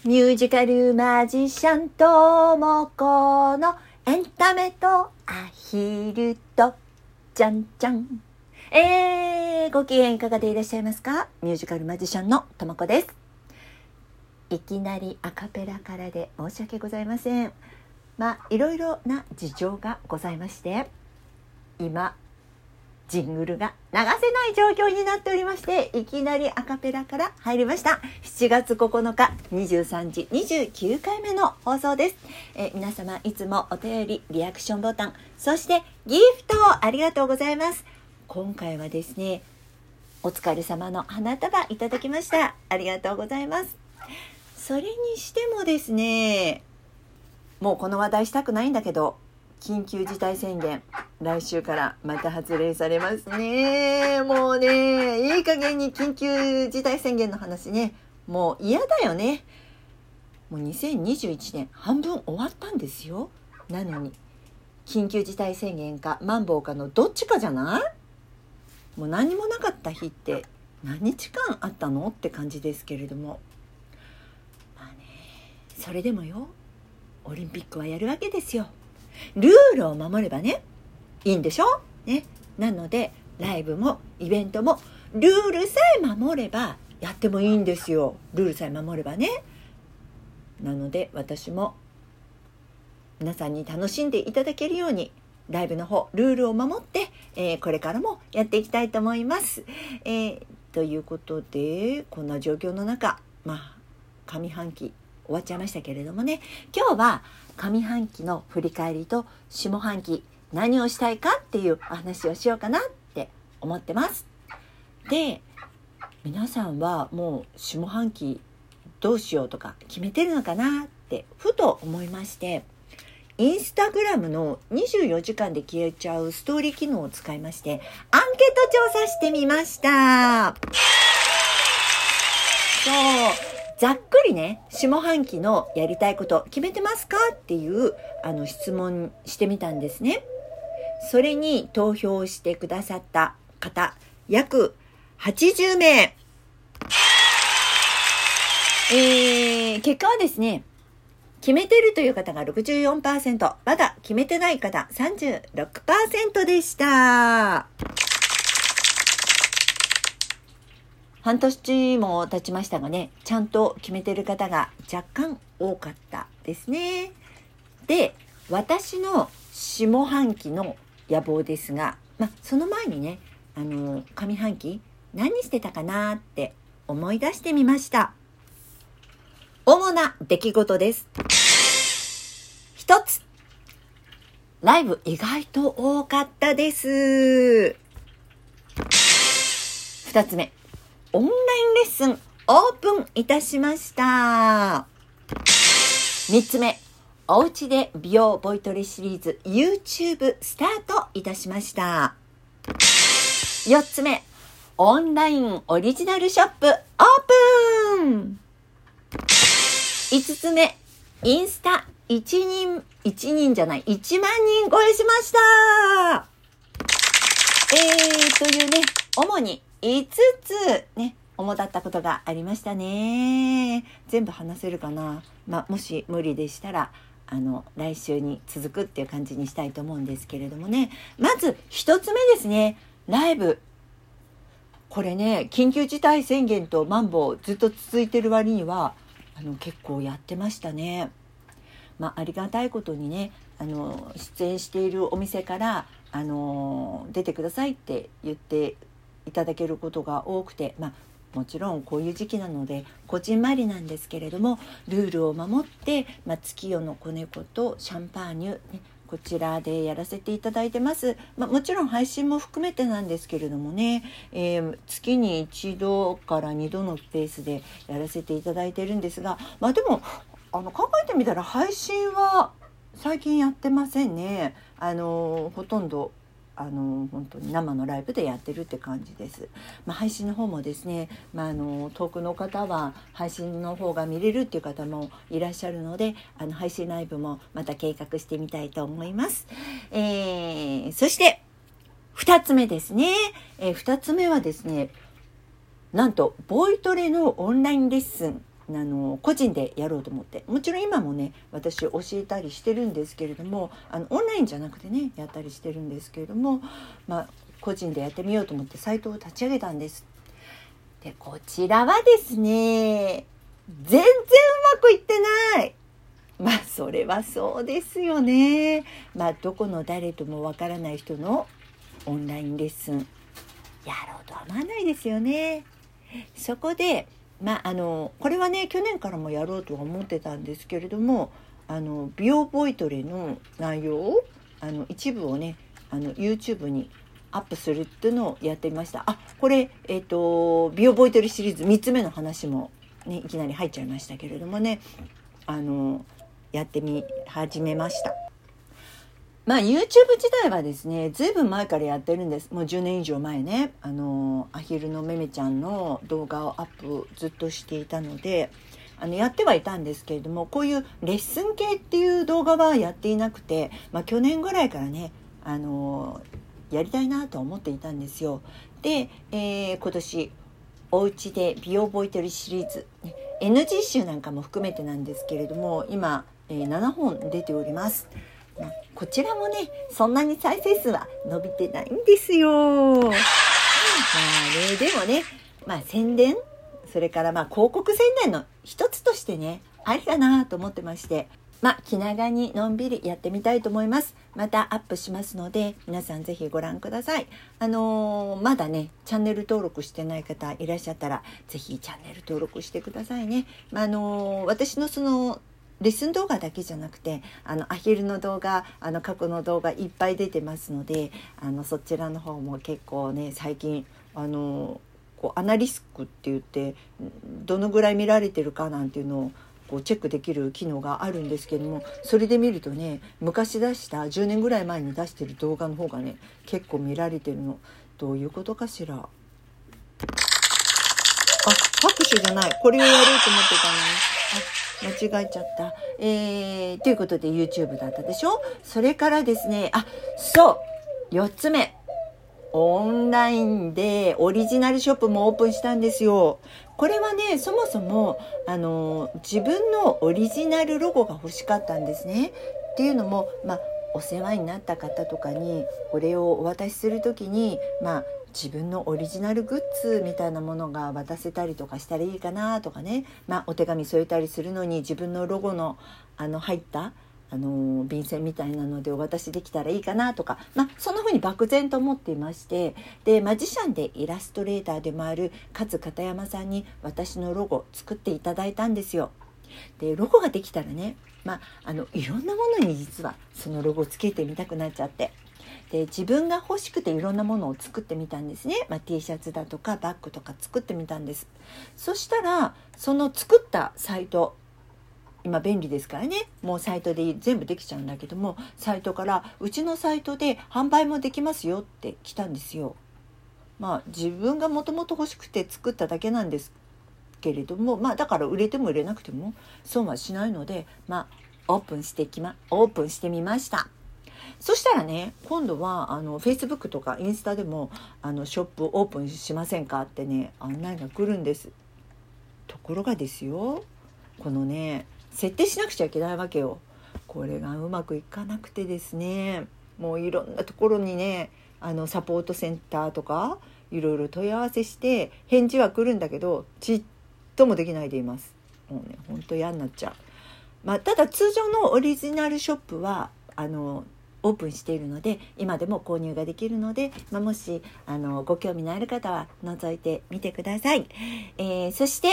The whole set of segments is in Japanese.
ミュージカルマジシャンともこのエンタメとアヒルとじゃんじゃん。ご機嫌いかがでいらっしゃいますか？ミュージカルマジシャンのともこです。いきなりアカペラからで申し訳ございません。いろいろな事情がございまして、今ジングルが流せない状況になっておりまして、いきなりアカペラから入りました。7月9日23時29回目の放送です。皆様いつもお便り、リアクションボタン、そしてギフトありがとうございます。今回はですね、お疲れ様の花束いただきました。ありがとうございます。それにしてもですね、もうこの話題したくないんだけど、緊急事態宣言来週からまた発令されますね。もうね、いい加減に緊急事態宣言の話ね、もう嫌だよね。もう2021年半分終わったんですよ。なのに緊急事態宣言かマンボウかのどっちかじゃない？もう何もなかった日って何日間あったのって感じですけれども、それでもよ、オリンピックはやるわけですよ。ルールを守ればね、いいんでしょね。なのでライブもイベントもルールさえ守ればやってもいいんですよ。ルールさえ守ればね。なので私も皆さんに楽しんでいただけるようにライブの方ルールを守って、これからもやっていきたいと思います。ということで、こんな状況の中、上半期終わっちゃいましたけれどもね、今日は上半期の振り返りと下半期何をしたいかっていうお話をしようかなって思ってます。で、皆さんはもう下半期どうしようとか決めてるのかなってふと思いまして、インスタグラムの24時間で消えちゃうストーリー機能を使いまして、アンケート調査してみました。ざっくりね、下半期のやりたいこと決めてますかっていう質問してみたんですね。それに投票してくださった方約80名、結果はですね、決めてるという方が 64%、 まだ決めてない方 36% でした。半年も経ちましたがね、ちゃんと決めてる方が若干多かったですね。で、私の下半期の野望ですが、その前にね、上半期何してたかなって思い出してみました。主な出来事です。一つ、ライブ意外と多かったです。二つ目、オンラインレッスンオープンいたしました。三つ目、おうちで美容ボイトレシリーズ YouTube スタートいたしました。四つ目、オンラインオリジナルショップオープン。五つ目、インスタ1万人超えしました。というね、主に5つね、主だったことがありましたね。全部話せるかな。もし無理でしたら来週に続くっていう感じにしたいと思うんですけれどもね。まず1つ目ですね、ライブ。これね、緊急事態宣言とマンボウずっと続いてる割には結構やってましたね。ありがたいことにね、出演しているお店から出てくださいって言っていただけることが多くて、もちろんこういう時期なのでこじんまりなんですけれども、ルールを守って、月夜の子猫とシャンパーニュ、ね、こちらでやらせていただいてます。もちろん配信も含めてなんですけれどもね、月に1度から2度のペースでやらせていただいてるんですが、でも考えてみたら配信は最近やってませんね。ほとんど本当に生のライブでやってるって感じです。配信の方もですね、遠くの方は配信の方が見れるっていう方もいらっしゃるので、配信ライブもまた計画してみたいと思います。そして2つ目ですね。2つ目はですね、なんとボイトレのオンラインレッスン個人でやろうと思って、もちろん今もね私教えたりしてるんですけれども、オンラインじゃなくてねやったりしてるんですけれども、個人でやってみようと思ってサイトを立ち上げたんです。でこちらはですね全然うまくいってない。それはそうですよね。どこの誰ともわからない人のオンラインレッスンやろうとは思わないですよね。そこでこれはね去年からもやろうとは思ってたんですけれども、美容ボイトレの内容を一部をねYouTube にアップするっていうのをやってみました。これ、美容ボイトレシリーズ3つ目の話も、ね、いきなり入っちゃいましたけれどもね、やってみ始めました。YouTube 自体はですねずいぶん前からやってるんです。もう10年以上前ね、アヒルのめめちゃんの動画をアップずっとしていたのでやってはいたんですけれども、こういうレッスン系っていう動画はやっていなくて、去年ぐらいからねやりたいなと思っていたんですよ。で、今年おうちで美容ボイトレシリーズ、NG 集なんかも含めてなんですけれども今、7本出ております。こちらもねそんなに再生数は伸びてないんですよ。でもね宣伝、それから広告宣伝の一つとしてねありだなと思ってまして、気長にのんびりやってみたいと思います。またアップしますので皆さんぜひご覧ください。まだねチャンネル登録してない方いらっしゃったらぜひチャンネル登録してくださいね。私のそのレッスン動画だけじゃなくてアヒルの動画過去の動画いっぱい出てますのでそちらの方も結構ね最近アナリスクって言ってどのぐらい見られてるかなんていうのをチェックできる機能があるんですけども、それで見るとね昔出した10年ぐらい前に出してる動画の方がね結構見られてるの。どういうことかしら。拍手じゃない、これをやろうと思ってたのに間違えちゃった。ということで YouTube だったでしょ。それからですね4つ目、オンラインでオリジナルショップもオープンしたんですよ。これはねそもそも自分のオリジナルロゴが欲しかったんですね。っていうのもお世話になった方とかにこれをお渡しするときに自分のオリジナルグッズみたいなものが渡せたりとかしたらいいかなとかね、お手紙添えたりするのに自分のロゴの入った便箋みたいなのでお渡しできたらいいかなとか、そんな風に漠然と思っていまして、でマジシャンでイラストレーターでもある勝片山さんに私のロゴ作っていただいたんですよ。でロゴができたらね、いろんなものに実はそのロゴをつけてみたくなっちゃって、で自分が欲しくていろんなものを作ってみたんですね。T シャツだとかバッグとか作ってみたんです。そしたらその作ったサイト、今便利ですからねもうサイトで全部できちゃうんだけども、サイトからうちのサイトで販売もできますよって来たんですよ。自分がもともと欲しくて作っただけなんですけれども、だから売れても売れなくても損はしないのでオープンしてみました。そしたらね今度はFacebook とかインスタでもショップオープンしませんかってね案内が来るんです。ところがですよ、このね設定しなくちゃいけないわけよ。これがうまくいかなくてですね、もういろんなところにねサポートセンターとかいろいろ問い合わせして返事は来るんだけどちっともできないでいます。もうねほんと嫌になっちゃう。ただ通常のオリジナルショップはオープンしているので今でも購入ができるので、もしご興味のある方は覗いてみてください。そして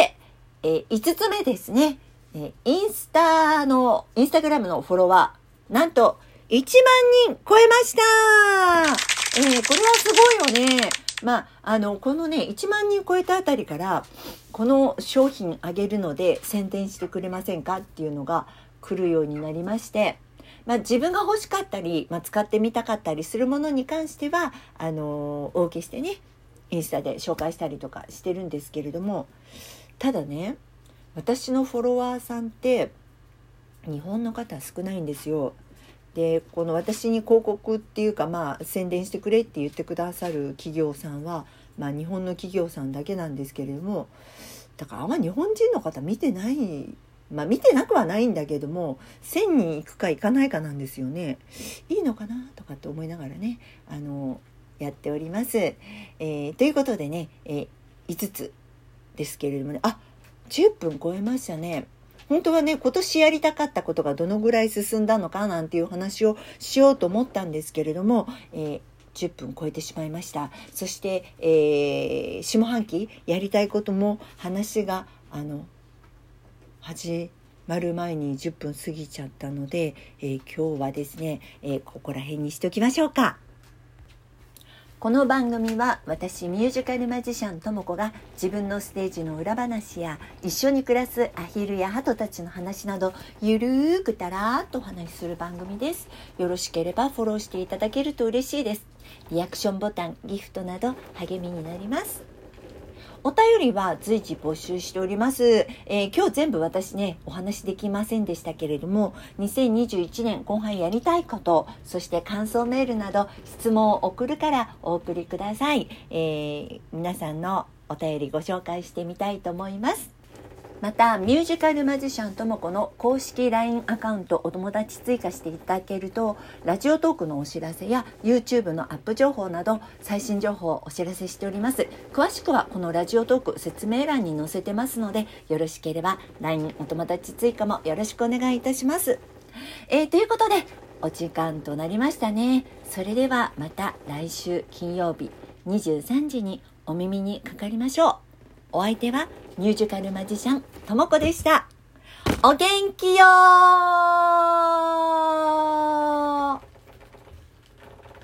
、5つ目ですね、インスタグラムのフォロワーなんと1万人超えました。これはすごいよね。このね1万人超えたあたりからこの商品あげるので宣伝してくれませんかっていうのが来るようになりまして、自分が欲しかったり、使ってみたかったりするものに関してはお受けしてねインスタで紹介したりとかしてるんですけれども、ただね私のフォロワーさんって日本の方少ないんですよ。でこの私に広告っていうか宣伝してくれって言ってくださる企業さんは、日本の企業さんだけなんですけれども、 だからあんま日本人の方見てない、見てなくはないんだけども、1000人行くか行かないかなんですよね。いいのかなとかって思いながらね、やっております。ということでね、5つですけれどもね、10分超えましたね。本当はね、今年やりたかったことがどのぐらい進んだのかなんていう話をしようと思ったんですけれども、10分超えてしまいました。そして、下半期やりたいことも話が始まる前に10分過ぎちゃったので、今日はですね、ここら辺にしておきましょうか。この番組は私ミュージカルマジシャンともこが自分のステージの裏話や一緒に暮らすアヒルやハトたちの話などゆるーくたらーっとお話しする番組です。よろしければフォローしていただけると嬉しいです。リアクションボタン、ギフトなど励みになります。お便りは随時募集しております。今日全部私ねお話できませんでしたけれども、2021年後半やりたいこと、そして感想メールなど質問を送るからお送りください。皆さんのお便りご紹介してみたいと思います。またミュージカルマジシャンともこの公式 LINE アカウントお友達追加していただけると、ラジオトークのお知らせや YouTube のアップ情報など最新情報をお知らせしております。詳しくはこのラジオトーク説明欄に載せてますので、よろしければ LINE お友達追加もよろしくお願いいたします。ということでお時間となりましたね。それではまた来週金曜日23時にお耳にかかりましょう。お相手はミュージカルマジシャンともこでした。お元気よー。